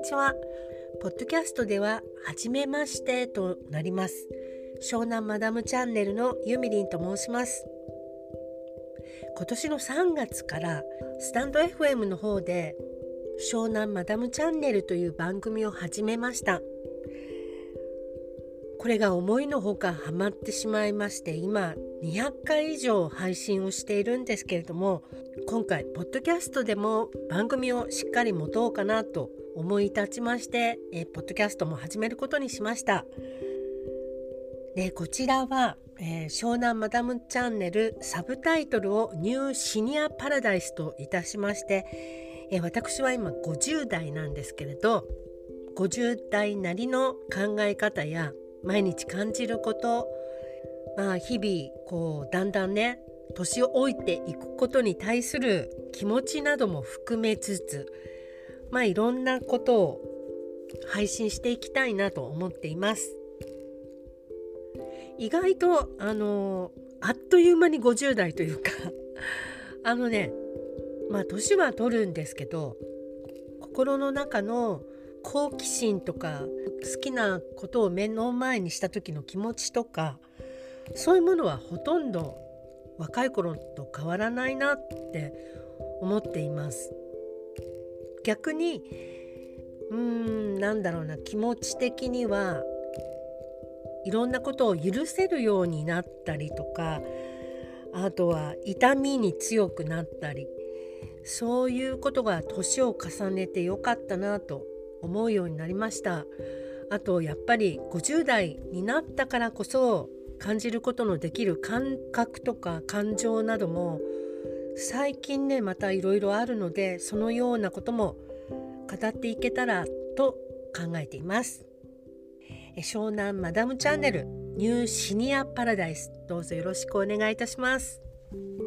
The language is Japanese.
ちは。ポッドキャストでは初めましてとなります。湘南マダムチャンネルのゆみりんと申します。今年の3月からスタンド FM の方で湘南マダムチャンネルという番組を始めました。これが思いのほかハマってしまいまして、今200回以上配信をしているんですけれども、今回ポッドキャストでも番組をしっかり持とうかなと思い立ちまして、ポッドキャストも始めることにしました。でこちらは、湘南マダムチャンネルサブタイトルをニューシニアパラダイスといたしまして、私は今50代なんですけれど、50代なりの考え方や毎日感じること、日々だんだんね年を老いていくことに対する気持ちなども含めつつ、いろんなことを配信していきたいなと思っています。意外とあっという間に50代というか年は取るんですけど、心の中の好奇心とか好きなことを目の前にした時の気持ちとか、そういうものはほとんど若い頃と変わらないなって思っています。逆に気持ち的にはいろんなことを許せるようになったりとか、あとは痛みに強くなったり、そういうことが年を重ねてよかったなと思うようになりました。あとやっぱり50代になったからこそ感じることのできる感覚とか感情なども最近ねまたいろいろあるので、そのようなことも語っていけたらと考えています。湘南マダムチャンネルニューシニアパラダイス、どうぞよろしくお願いいたします。